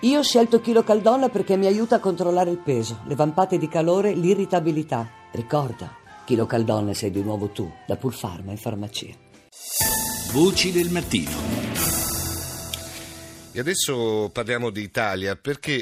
Io ho scelto KiloCaldon perché mi aiuta a controllare il peso, le vampate di calore, l'irritabilità. Ricorda, KiloCaldon sei di nuovo tu, da Pulpharma in farmacia. Voci del mattino. E adesso parliamo di Italia perché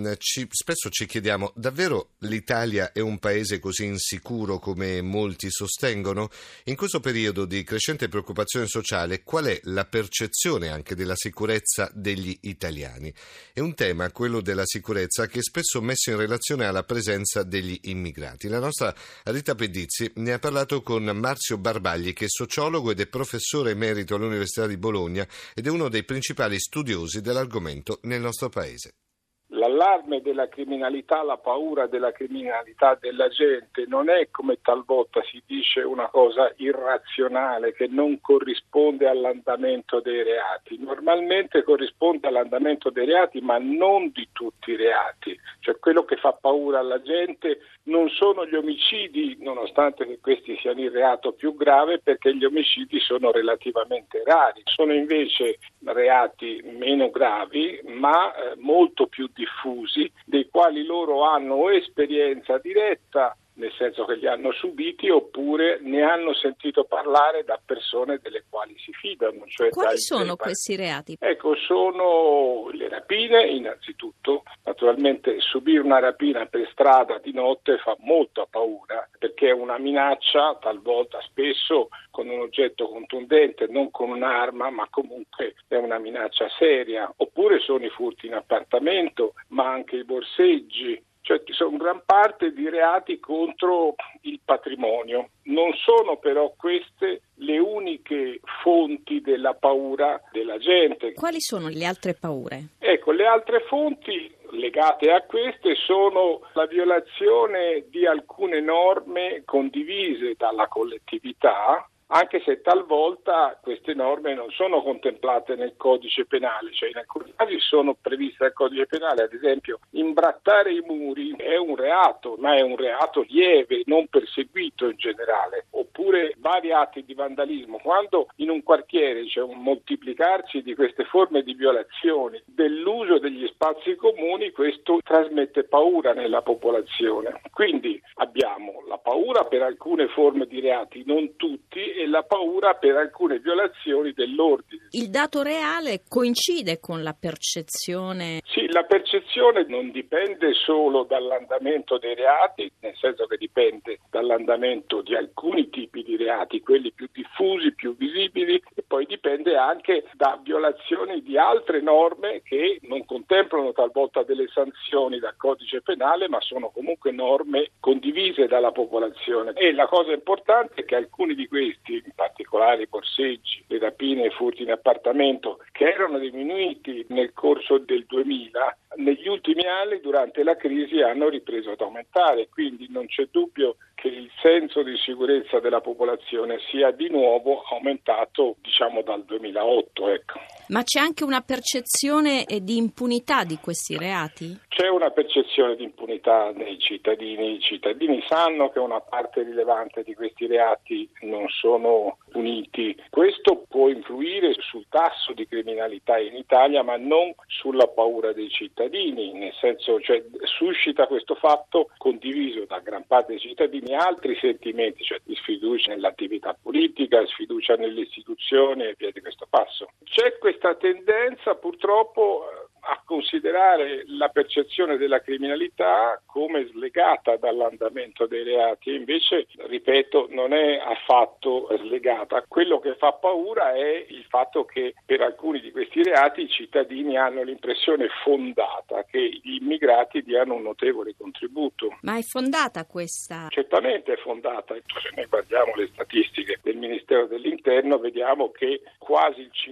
spesso ci chiediamo, davvero l'Italia è un paese così insicuro come molti sostengono? In questo periodo di crescente preoccupazione sociale, qual è la percezione anche della sicurezza degli italiani? È un tema, quello della sicurezza, che è spesso messo in relazione alla presenza degli immigrati. La nostra Rita Pedizzi ne ha parlato con Marzio Barbagli, che è sociologo ed è professore emerito all'Università di Bologna ed è uno dei principali studiosi dell'argomento nel nostro paese. L'allarme della criminalità, la paura della criminalità della gente non è, come talvolta si dice, una cosa irrazionale che non corrisponde all'andamento dei reati. Normalmente corrisponde all'andamento dei reati, ma non di tutti i reati. Cioè quello che fa paura alla gente non sono gli omicidi, nonostante che questi siano il reato più grave, perché gli omicidi sono relativamente rari. Sono invece reati meno gravi, ma molto più diffusi, dei quali loro hanno o esperienza diretta, nel senso che li hanno subiti, oppure ne hanno sentito parlare da persone delle quali si fidano. Cioè quali sono questi reati? Ecco, sono le rapine innanzitutto. Naturalmente subire una rapina per strada di notte fa molta paura, perché è una minaccia, talvolta spesso con un oggetto contundente, non con un'arma, ma comunque è una minaccia seria. Oppure sono i furti in appartamento, ma anche i borseggi. Cioè ci sono gran parte di reati contro il patrimonio. Non sono però queste le uniche fonti della paura della gente. Quali sono le altre paure? Ecco, le altre fonti legate a queste sono la violazione di alcune norme condivise dalla collettività, anche se talvolta queste norme non sono contemplate nel codice penale, cioè in alcuni casi sono previste nel codice penale, ad esempio imbrattare i muri è un reato, ma è un reato lieve, non perseguito in generale, oppure vari atti di vandalismo. Quando in un quartiere c'è un moltiplicarsi di queste forme di violazioni dell'uso degli spazi comuni, questo trasmette paura nella popolazione. Quindi abbiamo la paura per alcune forme di reati, non tutti, e la paura per alcune violazioni dell'ordine. Il dato reale coincide con la percezione? Sì, la percezione non dipende solo dall'andamento dei reati, nel senso che dipende dall'andamento di alcuni tipi di reati, quelli più diffusi, più visibili, e poi dipende anche da violazioni di altre norme che non contemplano talvolta delle sanzioni dal codice penale, ma sono comunque norme condivise dalla popolazione. E la cosa importante è che alcuni di questi, in particolare i borseggi, le rapine e i furti in appartamento, che erano diminuiti nel corso del 2000, negli ultimi anni durante la crisi hanno ripreso ad aumentare, quindi non c'è dubbio che il senso di sicurezza della popolazione sia di nuovo aumentato, dal 2008, ecco. Ma c'è anche una percezione di impunità di questi reati? C'è una percezione di impunità nei cittadini. I cittadini sanno che una parte rilevante di questi reati non sono puniti. Questo può influire sul tasso di criminalità in Italia, ma non sulla paura dei cittadini, nel senso, suscita questo fatto condiviso da gran parte dei cittadini altri sentimenti, cioè di sfiducia nell'attività politica, sfiducia nelle istituzioni e via di questo passo. C'è questa tendenza purtroppo a considerare la percezione della criminalità come slegata dall'andamento dei reati, invece, ripeto, non è affatto slegata. Quello che fa paura è il fatto che per alcuni di questi reati i cittadini hanno l'impressione fondata che gli immigrati diano un notevole contributo. Ma è fondata questa? Certamente è fondata. Se noi guardiamo le statistiche del Ministero dell'Interno, vediamo che quasi il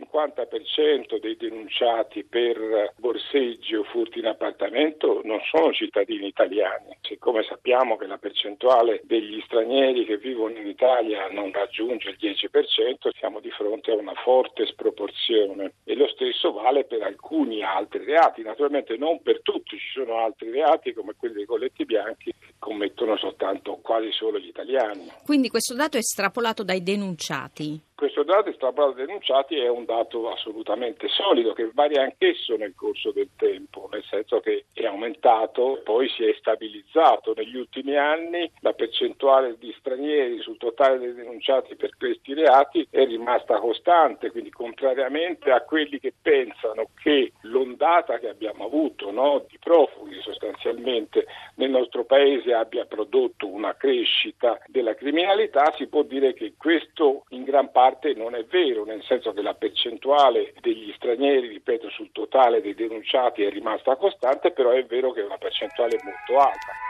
50% dei denunciati per borseggi o furti in appartamento non sono cittadini italiani. Siccome sappiamo che la percentuale degli stranieri che vivono in Italia non raggiunge il 10%, siamo di fronte a una forte sproporzione, e lo stesso vale per alcuni altri reati, naturalmente non per tutti. Ci sono altri reati come quelli dei colletti bianchi che commettono soltanto quasi solo gli italiani. Quindi questo dato è estrapolato dai denunciati? Questo dato estrapolato dai denunciati è un dato assolutamente solido che varia anch'esso nel corso del tempo, nel senso che è aumentato, poi si è stabilizzato. Negli ultimi anni la percentuale di stranieri sul totale dei denunciati per questi reati è rimasta costante, quindi contrariamente a quelli che pensano che l'ondata che abbiamo avuto, no, di profughi sostanzialmente nel nostro paese abbia prodotto una crescita della criminalità, si può dire che questo in gran parte non è vero, nel senso che la percentuale degli stranieri, ripeto, sul totale dei denunciati è rimasta costante, però è vero che è una percentuale molto alta.